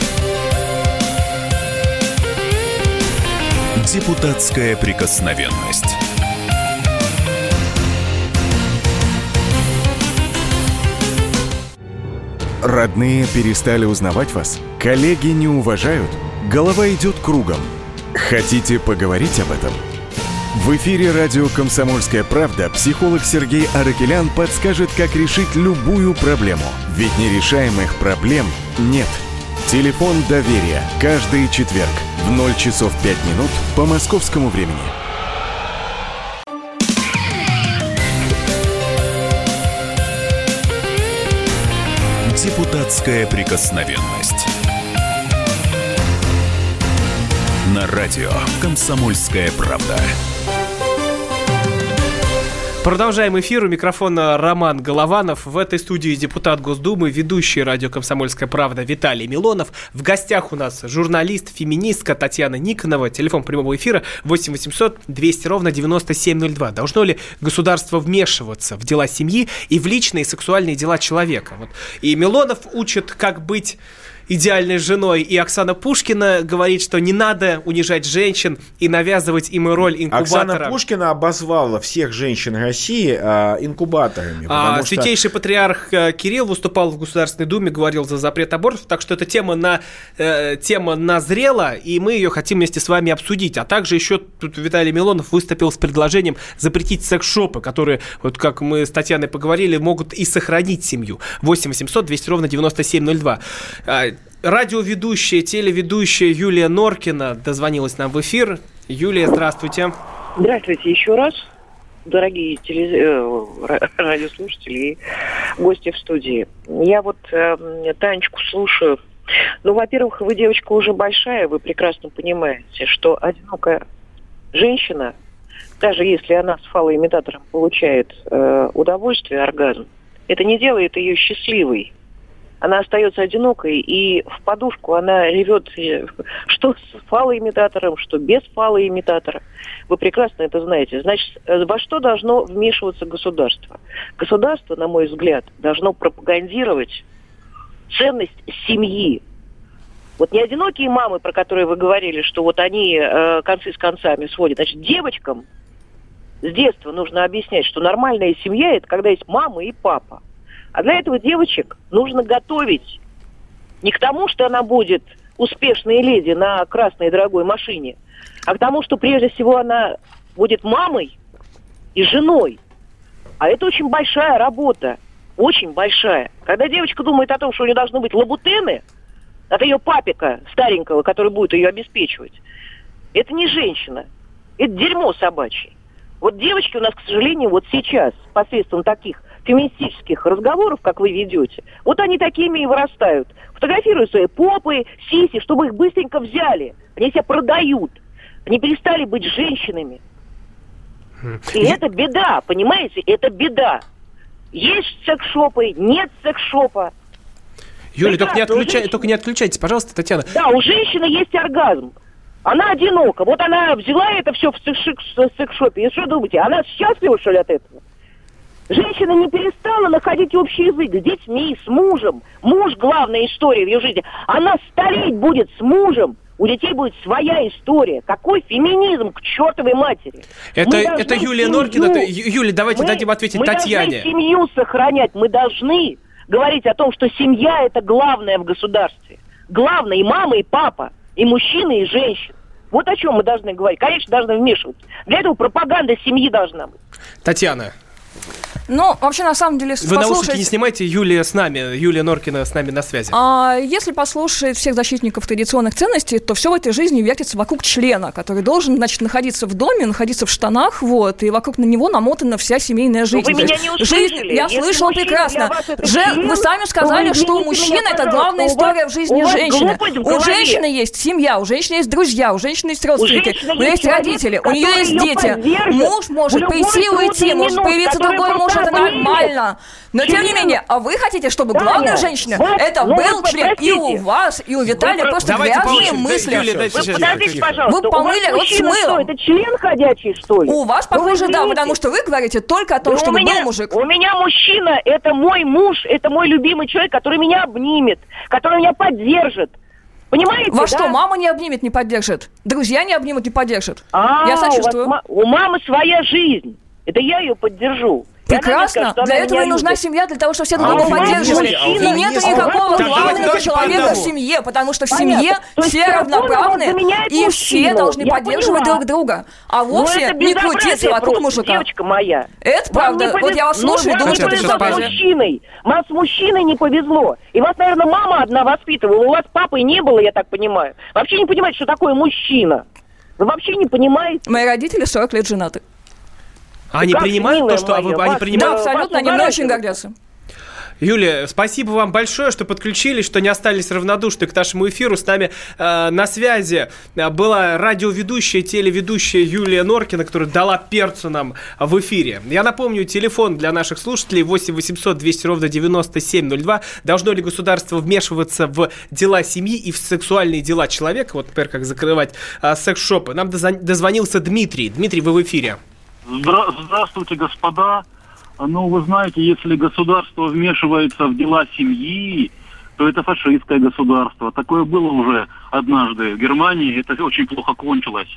Депутатская прикосновенность. Родные перестали узнавать вас? Коллеги не уважают? Голова идет кругом. Хотите поговорить об этом? В эфире радио «Комсомольская правда» психолог Сергей Аракелян подскажет, как решить любую проблему. Ведь нерешаемых проблем нет. Телефон доверия. Каждый четверг в ноль часов пять минут по московскому времени. Депутатская прикосновенность. На радио «Комсомольская правда». Продолжаем эфир. У микрофона Роман Голованов. В этой студии депутат Госдумы, ведущий радио «Комсомольская правда» Виталий Милонов. В гостях у нас журналист, феминистка Татьяна Никонова. Телефон прямого эфира восемь восемьсот двести ровно девяносто семь ноль два. Должно ли государство вмешиваться в дела семьи и в личные и сексуальные дела человека? Вот. И Милонов учит, как быть идеальной женой, и Оксана Пушкина говорит, что не надо унижать женщин и навязывать им роль инкубатора. Оксана Пушкина обозвала всех женщин России а, инкубаторами. А, что... Святейший патриарх Кирилл выступал в Государственной Думе, говорил за запрет абортов, так что эта тема, на, э, тема назрела, и мы ее хотим вместе с вами обсудить. А также еще тут Виталий Милонов выступил с предложением запретить секс-шопы, которые, вот как мы с Татьяной поговорили, могут и сохранить семью. восемь восемьсот двести ровно девяносто семь ноль два. Радиоведущая, телеведущая Юлия Норкина дозвонилась нам в эфир. Юлия, здравствуйте. Здравствуйте еще раз, дорогие телез... э, радиослушатели и гости в студии. Я вот э, Танечку слушаю. Ну, во-первых, вы девочка уже большая, вы прекрасно понимаете, что одинокая женщина, даже если она с фалоимитатором получает э, удовольствие, оргазм, это не делает ее счастливой. Она остается одинокой, и в подушку она ревет, что с фалоимитатором, что без фалоимитатора. Вы прекрасно это знаете. Значит, во что должно вмешиваться государство? Государство, на мой взгляд, должно пропагандировать ценность семьи. Вот не одинокие мамы, про которые вы говорили, что вот они э, концы с концами сводят. Значит, девочкам с детства нужно объяснять, что нормальная семья – это когда есть мама и папа. А для этого девочек нужно готовить не к тому, что она будет успешной леди на красной дорогой машине, а к тому, что прежде всего она будет мамой и женой. А это очень большая работа, очень большая. Когда девочка думает о том, что у нее должны быть лабутены от ее папика старенького, который будет ее обеспечивать, это не женщина, это дерьмо собачье. Вот девочки у нас, к сожалению, вот сейчас, посредством таких феминистических разговоров, как вы ведете, вот они такими и вырастают. Фотографируют свои попы, сиси, чтобы их быстренько взяли. Они себя продают. Они перестали быть женщинами. И это беда, понимаете? Это беда. Есть секс-шопы, нет секс-шопа. Юля, только не, отключай, только не отключайтесь, пожалуйста, Татьяна. Да, у женщины есть оргазм. Она одинока. Вот она взяла это все в секс-шопе. И что думаете, она счастлива, что ли, от этого? Женщина не перестала находить общий язык с детьми, с мужем. Муж – главная история в ее жизни. Она стареть будет с мужем. У детей будет своя история. Какой феминизм к чертовой матери? Это, это Юлия Норкина. Это, Юля, давайте мы, дадим ответить мы Татьяне. Мы должны семью сохранять. Мы должны говорить о том, что семья – это главное в государстве. Главное и мама, и папа, и мужчина, и женщина. Вот о чем мы должны говорить. Конечно, должны вмешиваться. Для этого пропаганда семьи должна быть. Татьяна. Ну, вообще, на самом деле, Вы послушать... наушники не снимайте, Юлия с нами, Юлия Норкина с нами на связи. А, если послушать всех защитников традиционных ценностей, то все в этой жизни вертится вокруг члена, который должен, значит, находиться в доме, находиться в штанах, вот, и вокруг на него намотана вся семейная жизнь. Но вы меня не услышали. Жизнь, я слышала прекрасно. Же, вы сами сказали, что у мужчины это главная история в жизни женщины. У женщины есть семья, у женщины есть друзья, у женщины есть родственники, у нее есть родители, у нее есть дети. Муж может прийти и уйти, может появиться другой муж. Это нормально. Но тем не менее, а вы хотите, чтобы главная женщина это был член и у вас, и у Виталия просто грязные мысли. Вы подождите, пожалуйста. Вы помыли рот с мылом. Это член ходячий, что ли? У вас, похоже, да, потому что вы говорите только о том, чтобы был мужик. У меня мужчина, это мой муж, это мой любимый человек, который меня обнимет, который меня поддержит. Понимаете, Во да? что, мама не обнимет, не поддержит? Друзья не обнимут, не поддержат? А, Я сочувствую. У, вас, у мамы своя жизнь. Это я ее поддержу. Прекрасно. скажу, для этого и нужна любит. семья, для того, чтобы все А друг друга вот поддерживали. мужчина, И а нету вот никакого Так, давайте главного дальше по человека одному. в семье, потому что в Понятно. семье То есть все всё равно равноправны, заменяет и все мужчину. должны Я поддерживать поняла. друг друга. А Ну, вовсе это не крутиться безобразие вокруг просто, мужика. девочка моя. Это Вам правда. не Вот повез- я вас Ну, слушаю и вам думаю, не что это повезло с безобразие. мужчиной. Вам с мужчиной не повезло. И вас, наверное, мама одна воспитывала. У вас папы не было, я так понимаю. Вообще не понимаете, что такое мужчина. Вы вообще не понимаете. Мои родители сорок лет женаты. Они Как, принимают то, милая что... а вы- моя, они вас- Да, принимают... абсолютно, они мной очень гордятся. Юлия, спасибо вам большое, что подключились, что не остались равнодушны к нашему эфиру. С нами э, на связи э, была радиоведущая, телеведущая Юлия Норкина, которая дала перцу нам в эфире. Я напомню, телефон для наших слушателей восемь восемьсот двести ровно девяносто семь ноль два. Должно ли государство вмешиваться в дела семьи и в сексуальные дела человека? Вот, например, как закрывать э, секс-шопы. Нам дозв- дозвонился Дмитрий. Дмитрий, вы в эфире. Здра- Здравствуйте, господа. Ну, вы знаете, если государство вмешивается в дела семьи, то это фашистское государство. Такое было уже однажды в Германии, это очень плохо кончилось.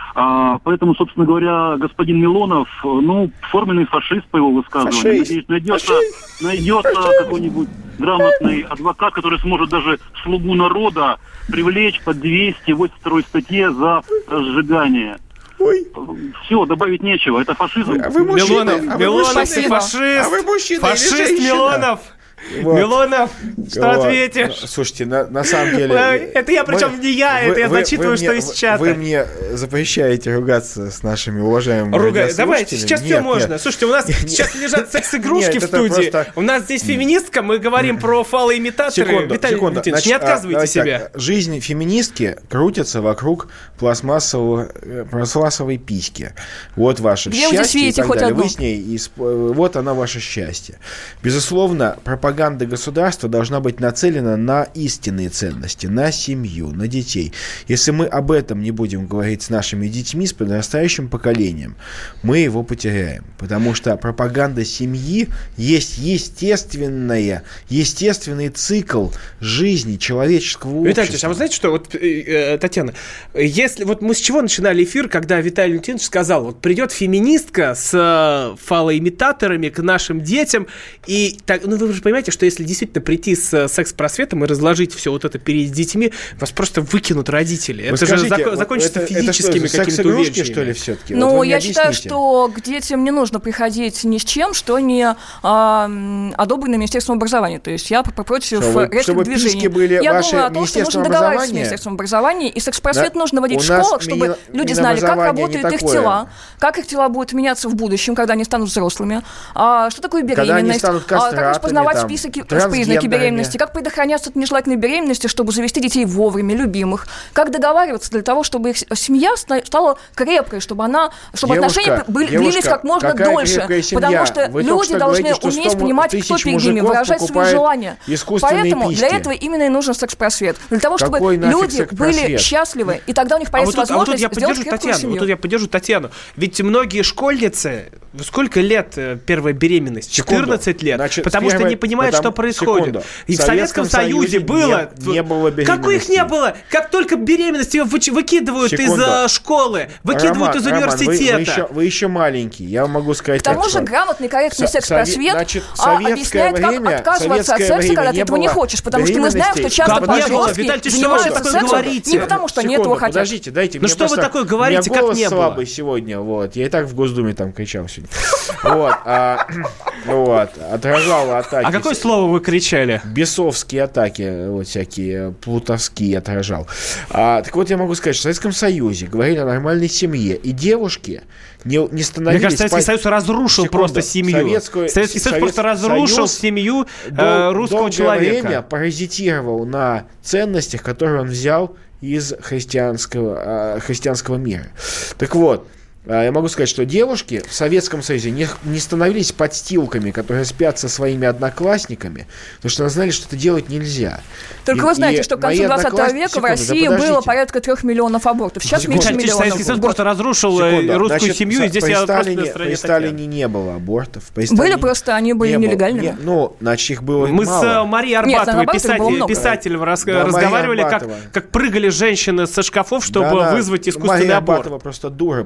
А, поэтому, собственно говоря, господин Милонов, ну, форменный фашист по его высказыванию. Фашист. Надеюсь, найдется, Фашист. найдется какой-нибудь грамотный адвокат, который сможет даже слугу народа привлечь по двести восемьдесят второй статье за разжигание. Ой. Все, добавить нечего. Это фашизм. А вы мужчина? Милонов, А вы Милонов, мужчина? ты фашист! А вы мужчина или Фашист женщина? Милонов! Вот. Милонов, что Вот. ответишь? Слушайте, на, на самом деле... Это я, причем не я, это я зачитываю, что мне, из чата. Вы мне запрещаете ругаться с нашими уважаемыми Ругай, давайте, радиослушателями. сейчас все Нет, можно. нет. Слушайте, у нас сейчас лежат секс-игрушки Нет, в это студии. просто- У нас здесь феминистка, мы говорим про фалоимитаторы. Секунду, Виталий секунду. Валентинович, Значит, не а, отказывайте давайте себе. так. Жизнь феминистки крутится вокруг пластмассового, э, пластмассовой письки. Вот ваше Где вы счастье здесь и видите так хоть далее. одну? Вы с ней, и сп- э, вот она ваше счастье. Безусловно, пропаганда государства должна быть нацелена на истинные ценности, на семью, на детей. Если мы об этом не будем говорить с нашими детьми, с подрастающим поколением, мы его потеряем. Потому что пропаганда семьи есть естественная, естественный цикл жизни человеческого общества. Виталий Ильич, а вы знаете что, вот, э, э, Татьяна, если вот мы с чего начинали эфир, когда Виталий Валентинович сказал, вот придет феминистка с э, фалоимитаторами к нашим детям, и так, ну вы же понимаете, что если действительно прийти с э, секс-просветом и разложить все вот это перед детьми, вас просто выкинут родители. Вы это скажите, же зако- вот закончится это- это физическими что, какими-то секс-игрушки, увечьями. что ли, все-таки? Ну, Вот вы мне я считаю, объясните. что к детям не нужно приходить ни с чем, что не а, м, одобрено Министерством образования. То есть я против Что, вы- резких чтобы движений. письки были Я ваше думаю о том, что Министерство нужно договариваться с образования? Министерством образования, и секс-просвет Да. нужно вводить У в нас школах, чтобы мини- люди знали, как Минобразование не работают их такое. тела, как их тела будут меняться в будущем, когда они станут взрослыми, а, что такое Когда они беременность, станут а, как кастратами, распознавать там, списки, признаки трансгендерами. беременности, как предохраняться от нежелательной беременности, чтобы завести детей вовремя, любимых, как договариваться для того, чтобы их семья ста- стала крепкой, чтобы она, чтобы Девушка, отношения были, девушка, длились как можно какая дольше, крепкая семья? потому что Вы только люди что должны говорите, что уметь сто понимать, кто тысяч перед ними, мужиков выражать свои покупает желания. искусственные Поэтому письки. для этого именно и нужен секс-просвет, для того, чтобы Какой нафиг люди секс-просвет? были счастливы, и тогда у них А вот, появится тут, а вот тут возможность я сделать поддержу крепкую Татьяну. семью. Вот тут я поддержу Татьяну. Ведь многие школьницы, сколько лет э, первая беременность? Секунду. четырнадцать лет. Значит, потому что первое- не понимают, потому- что происходит. секунду. И в В Советском Советском Союзе Союзе было... не- не было Какой их не беременности. было? Как только беременность ее выч- выкидывают Секунду. из э, школы, выкидывают Роман, из Роман, вы- университета. Вы, еще, вы еще маленький, я вам могу сказать К тому так, же что- грамотный, корректный Со- секс-просвет значит, а, советское объясняет, время- как отказываться от советское секса, время когда ты не этого не было хочешь. Потому что мы знаем, что беременностей. часто Как не было? подростки Виталий, ты что занимаются вы такое сексом говорите? не потому, что они Секунду, этого хотят. подождите, дайте Ну мне что вы просто- такое говорите, у меня как голос не было? слабый сегодня, вот. Я и так в Госдуме там кричал сегодня. Вот, а, вот, отражал атаки. А какое слово вы кричали? Бесовские атаки, вот всякие, плутовские отражал. А, так вот, я могу сказать, что в Советском Союзе говорили о нормальной семье, и девушки не, не становились... Мне кажется, Советский по- Союз разрушил Секунду. просто семью. Советскую- Советский Союз Совет- просто разрушил Союз семью э, дол- русского долгое человека. время паразитировал на ценностях, которые он взял из христианского, э, христианского мира. Так вот, э, я могу сказать, что девушки в Советском Союзе не, не становились подстилками, которые спят со своими одноклассниками, потому что знали, что это делать нельзя. Только И- вы знаете, и что к мои концу двадцатого одноклассники- века в Секунду, да России было подождите. порядка трех миллионов абортов. Сейчас Секунду. меньше Секунду, миллиона. Советский Союз просто разрушил э, Секунду. русскую Значит, семью, и здесь при я просто Сталине, на стороне при Татьяны. Сталине не было абортов. При Были, Сталине просто они были не было. нелегальными. Не- ну, значит, их было Мы мало. с э, Марией Нет, Арбатовой, на Арбатовой было писатель- много. писателем, раз- Да, Мария разговаривали, как, Арбатова. как прыгали женщины со шкафов, чтобы Да, она- вызвать искусственный Мария аборт. Арбатова просто дура, поэтому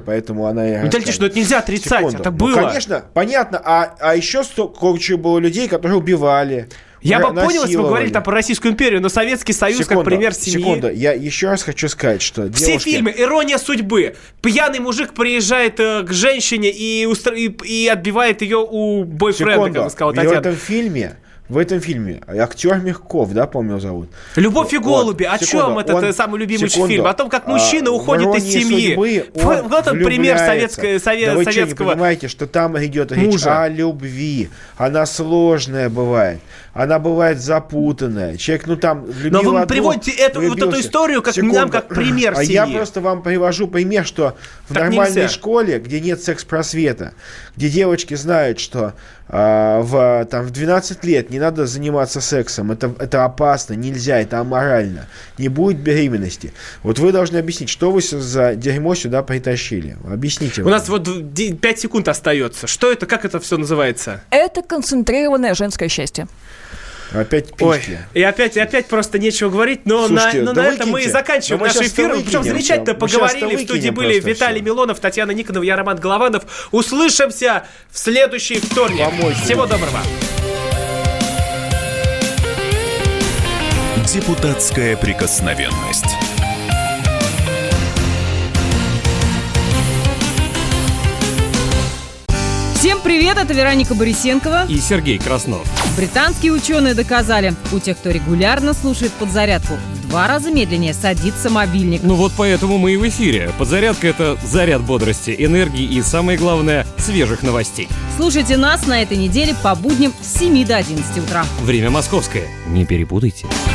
она и Виталий Ильич, ну это нельзя отрицать, Секунду. это Ну, было. конечно, понятно. А, а еще куча было людей, которые убивали. Я бы понял, если бы насиловали. говорили там про Российскую империю, но Советский Союз Секунду, как пример семьи. Секунду, я еще раз хочу сказать, что Все девушки... фильмы «Ирония судьбы». Пьяный мужик приезжает э, к женщине и, устро... и, и отбивает ее у бойфренда, Секунду, как бы сказала в Татьяна. этом фильме... В этом фильме актер Мягков, да, помню его зовут. «Любовь и голуби». Вот, О секунду, чем этот он, самый любимый секунду, фильм? О том, как мужчина а, уходит из семьи. Судьбы, он вот он пример советской, совет, да вы советского. что, не понимаете, что там идет речь мужа. о любви. Она сложная бывает. Она бывает запутанная. Человек, ну там, любил Но вы одну, приводите эту, вот эту историю как нам как пример а семьи. я просто вам привожу пример, что в Так нормальной нельзя. школе, где нет секс-просвета, где девочки знают, что а, в, там, в двенадцать лет не надо заниматься сексом, это, это опасно, нельзя, это аморально, не будет беременности. Вот вы должны объяснить, что вы за дерьмо сюда притащили. Объясните. У вам. нас вот пять секунд остается. Что это, как это все называется? Это концентрированное женское счастье. Опять Ой, пишите. и опять, и опять просто нечего говорить, но Слушайте, на, но да на этом мы и выкиньте. заканчиваем Да мы наш щас-то эфир. выкинем Причем замечательно всё. Мы поговорили. щас-то В студии выкинем были просто Виталий всё. Милонов, Татьяна Никонова, я Роман Голованов. Услышимся в следующий вторник. Помочь. Всего доброго. Депутатская прикосновенность. Всем привет, это Вероника Борисенкова и Сергей Краснов. Британские ученые доказали, у тех, кто регулярно слушает подзарядку, в два раза медленнее садится мобильник. Ну вот поэтому мы и в эфире. Подзарядка — это заряд бодрости, энергии и, самое главное, свежих новостей. Слушайте нас на этой неделе по будням с семи до одиннадцати утра. Время московское. Не перепутайте.